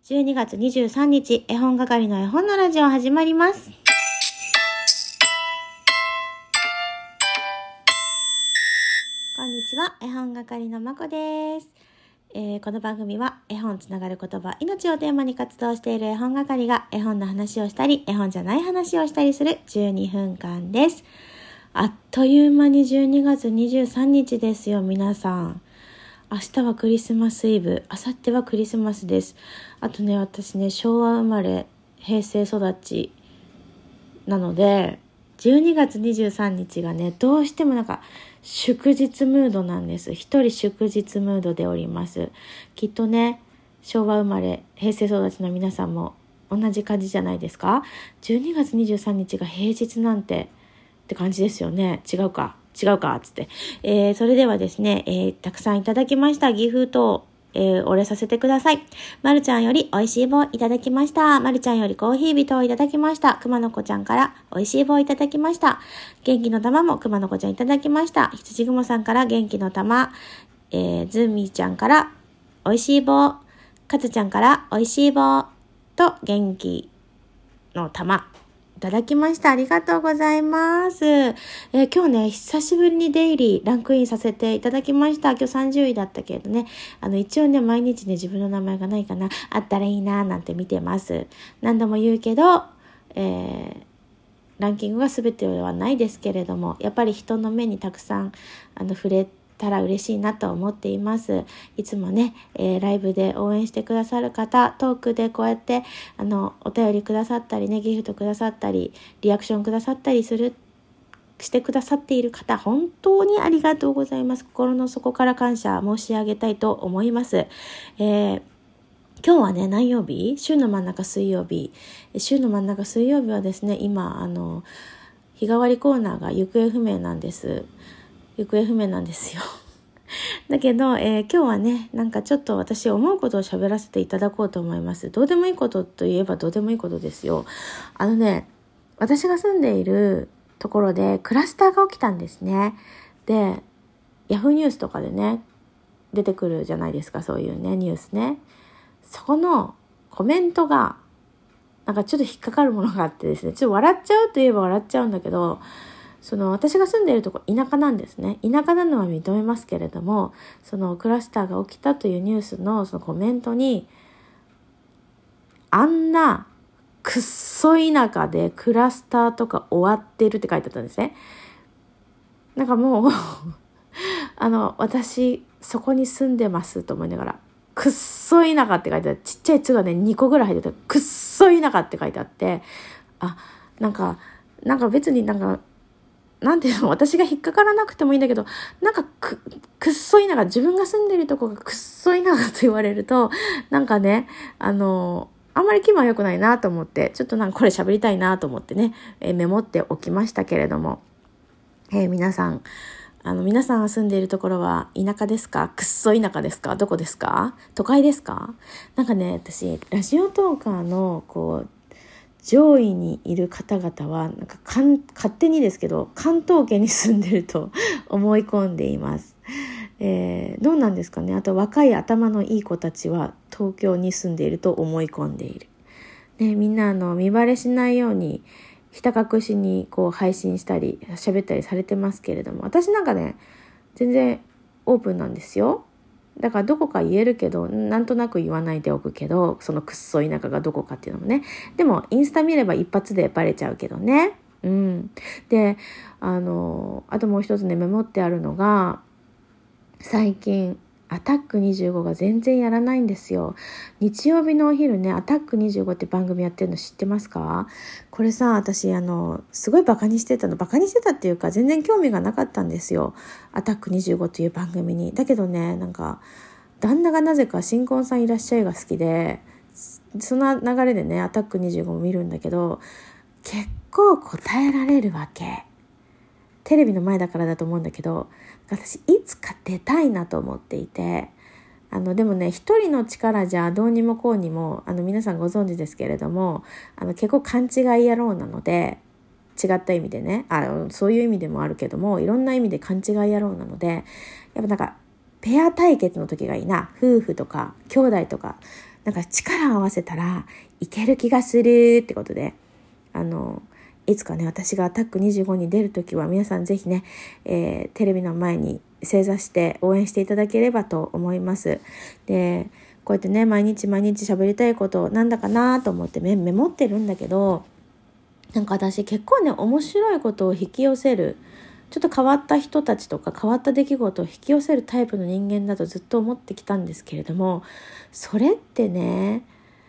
12月23日、絵本係の絵本のラジオ始まります。こんにちは、絵本係のまこです。この番組は絵本つながる言葉、命をテーマに活動している絵本係が絵本の話をしたり、絵本じゃない話をしたりする12分間です。あっという間に12月23日ですよ、皆さん。明日はクリスマスイブ、明後日はクリスマスです。あとね、私ね、昭和生まれ、平成育ちなので、12月23日がね、どうしても祝日ムードなんです。一人祝日ムードでおります。きっとね、昭和生まれ、平成育ちの皆さんも同じ感じじゃないですか。12月23日が平日なんてって感じですよね。違うかつって。それではですね、たくさんいただきましたギフトを、お礼させてください。まるちゃんより美味しい棒いただきました。まるちゃんよりコーヒー人をいただきました。くまのこちゃんから美味しい棒いただきました。元気の玉もくまのこちゃんいただきました。羊雲さんから元気の玉、ズーミーちゃんから美味しい棒、かつちゃんから美味しい棒と元気の玉いただきました。ありがとうございます。今日ね、久しぶりにデイリーランクインさせていただきました。今日30位だったけどね、一応ね、毎日ね、自分の名前がないかな、あったらいいななんて見てます。何度も言うけど、ランキングが全てではないですけれども、やっぱり人の目にたくさん触れたら嬉しいなと思っています。いつもね、ライブで応援してくださる方、トークでこうやってお便りくださったりね、ギフトくださったり、リアクションくださったりしてくださっている方、本当にありがとうございます。心の底から感謝申し上げたいと思います。今日はね、何曜日？週の真ん中水曜日。週の真ん中水曜日はですね、今日替わりコーナーが行方不明なんです。行方不明なんですよ。だけど、今日はね、ちょっと私思うことを喋らせていただこうと思います。どうでもいいことといえばどうでもいいことですよ。私が住んでいるところでクラスターが起きたんですね。で、ヤフーニュースとかでね、出てくるじゃないですか、そういうね、ニュースね。そこのコメントが、ちょっと引っかかるものがあってですね、ちょっと笑っちゃうといえば笑っちゃうんだけど、私が住んでいるとこ田舎なんですね。田舎なのは認めますけれども、クラスターが起きたというニュースのそのコメントに、あんなくっそ田舎でクラスターとか終わってるって書いてあったんですね。もう私そこに住んでますと思いながら、くっそ田舎って書いてあって、ちっちゃい「つ」がね2個ぐらい入ってて、くっそ田舎って書いてあって、別になんていうの、私が引っかからなくてもいいんだけど、くっそ田舎、自分が住んでるとこがくっそ田舎と言われると、あんまり気分は良くないなと思って、ちょっとこれ喋りたいなと思ってね、メモっておきましたけれども、皆さんが住んでいるところは田舎ですか？くっそ田舎ですか？どこですか？都会ですか？私、ラジオトーカーの上位にいる方々は勝手にですけど関東圏に住んでると思い込んでいます。どうなんですかね。あと若い頭のいい子たちは東京に住んでいると思い込んでいる。ね、みんな見バレしないようにひた隠しに配信したり喋ったりされてますけれども、私全然オープンなんですよ。だからどこか言えるけど、なんとなく言わないでおくけど、そのくっそ田舎がどこかっていうのもね。でもインスタ見れば一発でバレちゃうけどね。うん。で、あともう一つね、メモってあるのが、最近アタック25が全然やらないんですよ。日曜日のお昼ね、アタック25って番組やってるの知ってますか？これさ、私すごいバカにしてたっていうか、全然興味がなかったんですよ。アタック25という番組に。だけどね、旦那がなぜか新婚さんいらっしゃいが好きで、その流れでね、アタック25も見るんだけど、結構答えられるわけ。テレビの前だからだと思うんだけど、私いつか出たいなと思っていて、でもね、一人の力じゃどうにもこうにも、皆さんご存知ですけれども、結構勘違い野郎なので、違った意味でね、そういう意味でもあるけども、いろんな意味で勘違い野郎なので、やっぱペア対決の時がいいな。夫婦とか兄弟とか、 なんか力を合わせたらいける気がするってことで、いつかね、私がアタック25に出るときは皆さんぜひね、テレビの前に正座して応援していただければと思います。で、こうやってね、毎日喋りたいことなんだかなと思ってメモってるんだけど、なんか私結構ね、面白いことを引き寄せる、ちょっと変わった人たちとか変わった出来事を引き寄せるタイプの人間だとずっと思ってきたんですけれども、それってね、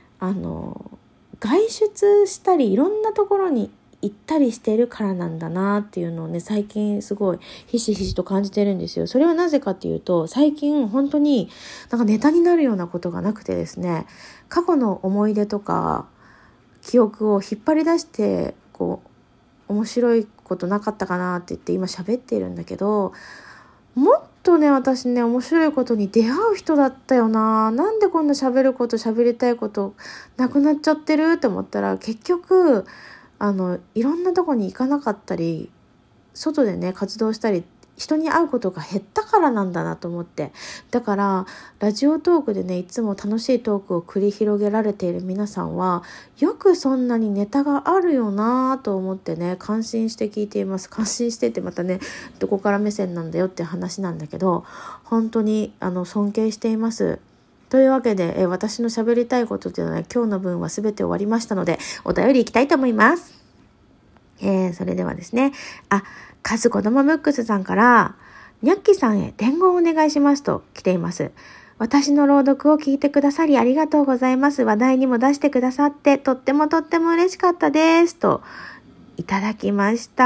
外出したりいろんなところに行ったりしているからなんだなっていうのをね、最近すごいひしひしと感じてるんですよ。それはなぜかっていうと、最近本当になんかネタになるようなことがなくてですね、過去の思い出とか記憶を引っ張り出して面白いことなかったかなって言って今喋っているんだけど、もっとね、私ね、面白いことに出会う人だったよな。なんでこんな喋りたいことなくなっちゃってるって思ったら、結局いろんなとこに行かなかったり、外でね活動したり、人に会うことが減ったからなんだなと思って。だからラジオトークでね、いつも楽しいトークを繰り広げられている皆さんは、よくそんなにネタがあるよなと思ってね、感心して聞いています。感心してってまたね、どこから目線なんだよって話なんだけど、本当に尊敬しています。というわけで、私の喋りたいことというのは、今日の分は全て終わりましたので、お便りいきたいと思います。それではですね、カズ子供ムックスさんから、ニャッキさんへ伝言をお願いしますと来ています。私の朗読を聞いてくださりありがとうございます。話題にも出してくださって、とっても嬉しかったですといただきました。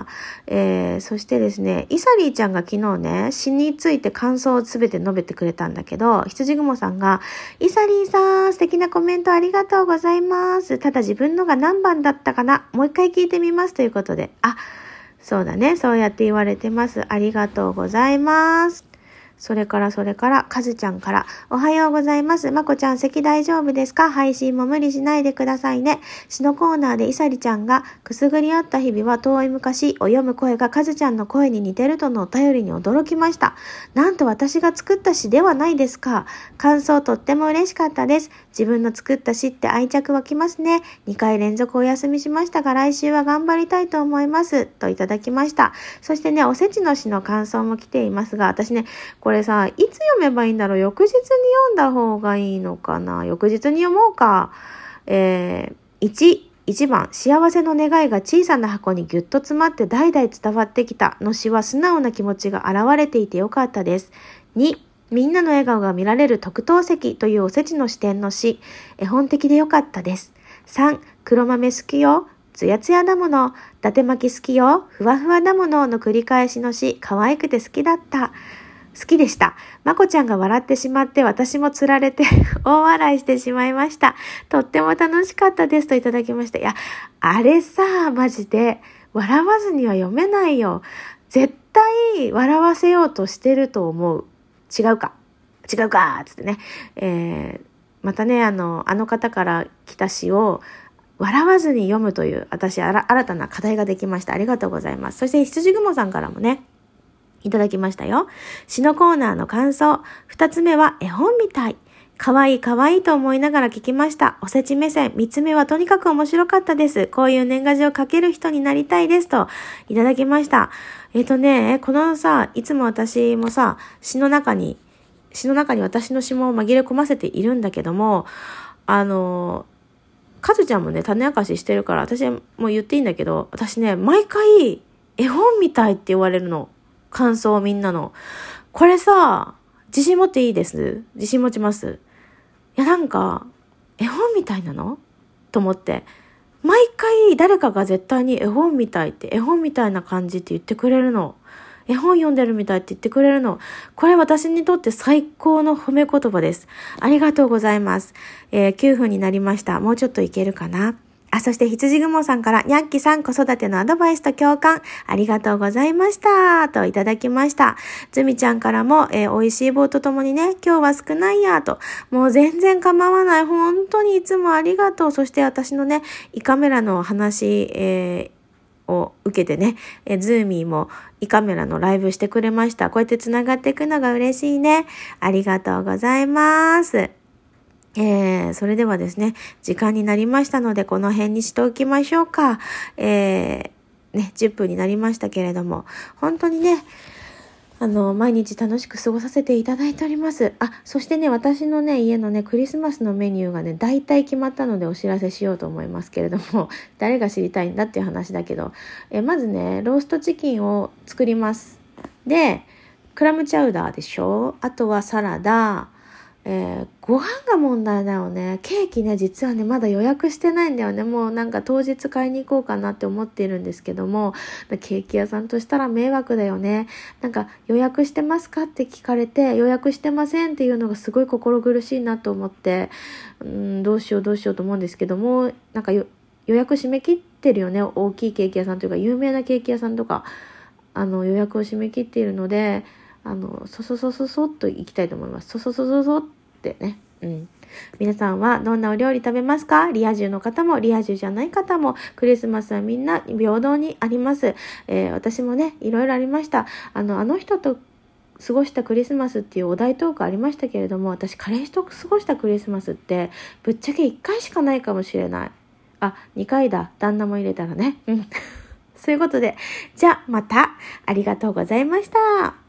そしてですね、イサリーちゃんが昨日ね、詩について感想をすべて述べてくれたんだけど、羊雲さんが、イサリーさん、素敵なコメントありがとうございます。ただ自分のが何番だったかな、もう一回聞いてみますということで、そうだね、そうやって言われてます。ありがとうございます。それから、かずちゃんから、おはようございます。まこちゃん、咳大丈夫ですか？配信も無理しないでくださいね。詩のコーナーでいさりちゃんが、くすぐり合った日々は遠い昔を読む声がかずちゃんの声に似てるとのお便りに驚きました。なんと私が作った詩ではないですか。感想とっても嬉しかったです。自分の作った詩って愛着湧きますね。2回連続お休みしましたが、来週は頑張りたいと思います。といただきました。そしてね、おせちの詩の感想も来ていますが、私ね、これさ、いつ読めばいいんだろう？翌日に読んだ方がいいのかな？翌日に読もうか。1番、幸せの願いが小さな箱にぎゅっと詰まって代々伝わってきたの詩は素直な気持ちが現れていてよかったです。2、みんなの笑顔が見られる特等席というおせちの視点の詩、絵本的でよかったです。3、黒豆好きよ。つやつやだもの。伊達巻き好きよ。ふわふわだものの繰り返しの詩、可愛くて好きでした。まこちゃんが笑ってしまって私もつられて大笑いしてしまいました。とっても楽しかったですといただきました。いや、あれさ、マジで笑わずには読めないよ。絶対笑わせようとしてると思う。違うかつってね。またね、あの方から来た詩を笑わずに読むという新たな課題ができました。ありがとうございます。そして羊雲さんからもね、いただきましたよ。詩のコーナーの感想。2つ目は絵本みたい。かわいいと思いながら聞きました。おせち目線。3つ目はとにかく面白かったです。こういう年賀状を書ける人になりたいですといただきました。このさ、いつも私もさ、詩の中に私の詩も紛れ込ませているんだけども、かずちゃんもね、種明かししてるから、私も言っていいんだけど、私ね、毎回絵本みたいって言われるの。感想みんなの。これさ、自信持っていいです？自信持ちます？いや、なんか、絵本みたいなの？と思って。毎回誰かが絶対に絵本みたいな感じって言ってくれるの。絵本読んでるみたいって言ってくれるの。これ私にとって最高の褒め言葉です。ありがとうございます。9分になりました。もうちょっといけるかな。そして羊雲さんから、にゃっきさん子育てのアドバイスと共感、ありがとうございました。といただきました。ずみちゃんからも、美味しい棒とともにね、今日は少ないや、と。もう全然構わない。本当にいつもありがとう。そして私のね、胃カメラの話、を受けてね、ズーミーも胃カメラのライブしてくれました。こうやってつながっていくのが嬉しいね。ありがとうございます。 それではですね、時間になりましたので、この辺にしておきましょうか。10分になりましたけれども、本当にね、毎日楽しく過ごさせていただいております。そしてね、私のね、家のね、クリスマスのメニューがね、大体決まったのでお知らせしようと思いますけれども、誰が知りたいんだっていう話だけど、まずね、ローストチキンを作ります。で、クラムチャウダーでしょ？あとはサラダ、ご飯が問題だよね。ケーキね、実はね、まだ予約してないんだよね。もうなんか当日買いに行こうかなって思っているんですけども、ケーキ屋さんとしたら迷惑だよね。なんか予約してますかって聞かれて、予約してませんっていうのがすごい心苦しいなと思って、どうしようと思うんですけども、なんか予約締め切ってるよね。大きいケーキ屋さんというか、有名なケーキ屋さんとか、予約を締め切っているので、そっと行きたいと思います。そってね。皆さんはどんなお料理食べますか？リア充の方もリア充じゃない方も、クリスマスはみんな平等にあります。私もね、いろいろありました。あの人と過ごしたクリスマスっていうお題トークありましたけれども、私彼氏と過ごしたクリスマスってぶっちゃけ1回しかないかもしれない。2回だ。旦那も入れたらね。そういうことで、じゃあまたありがとうございました。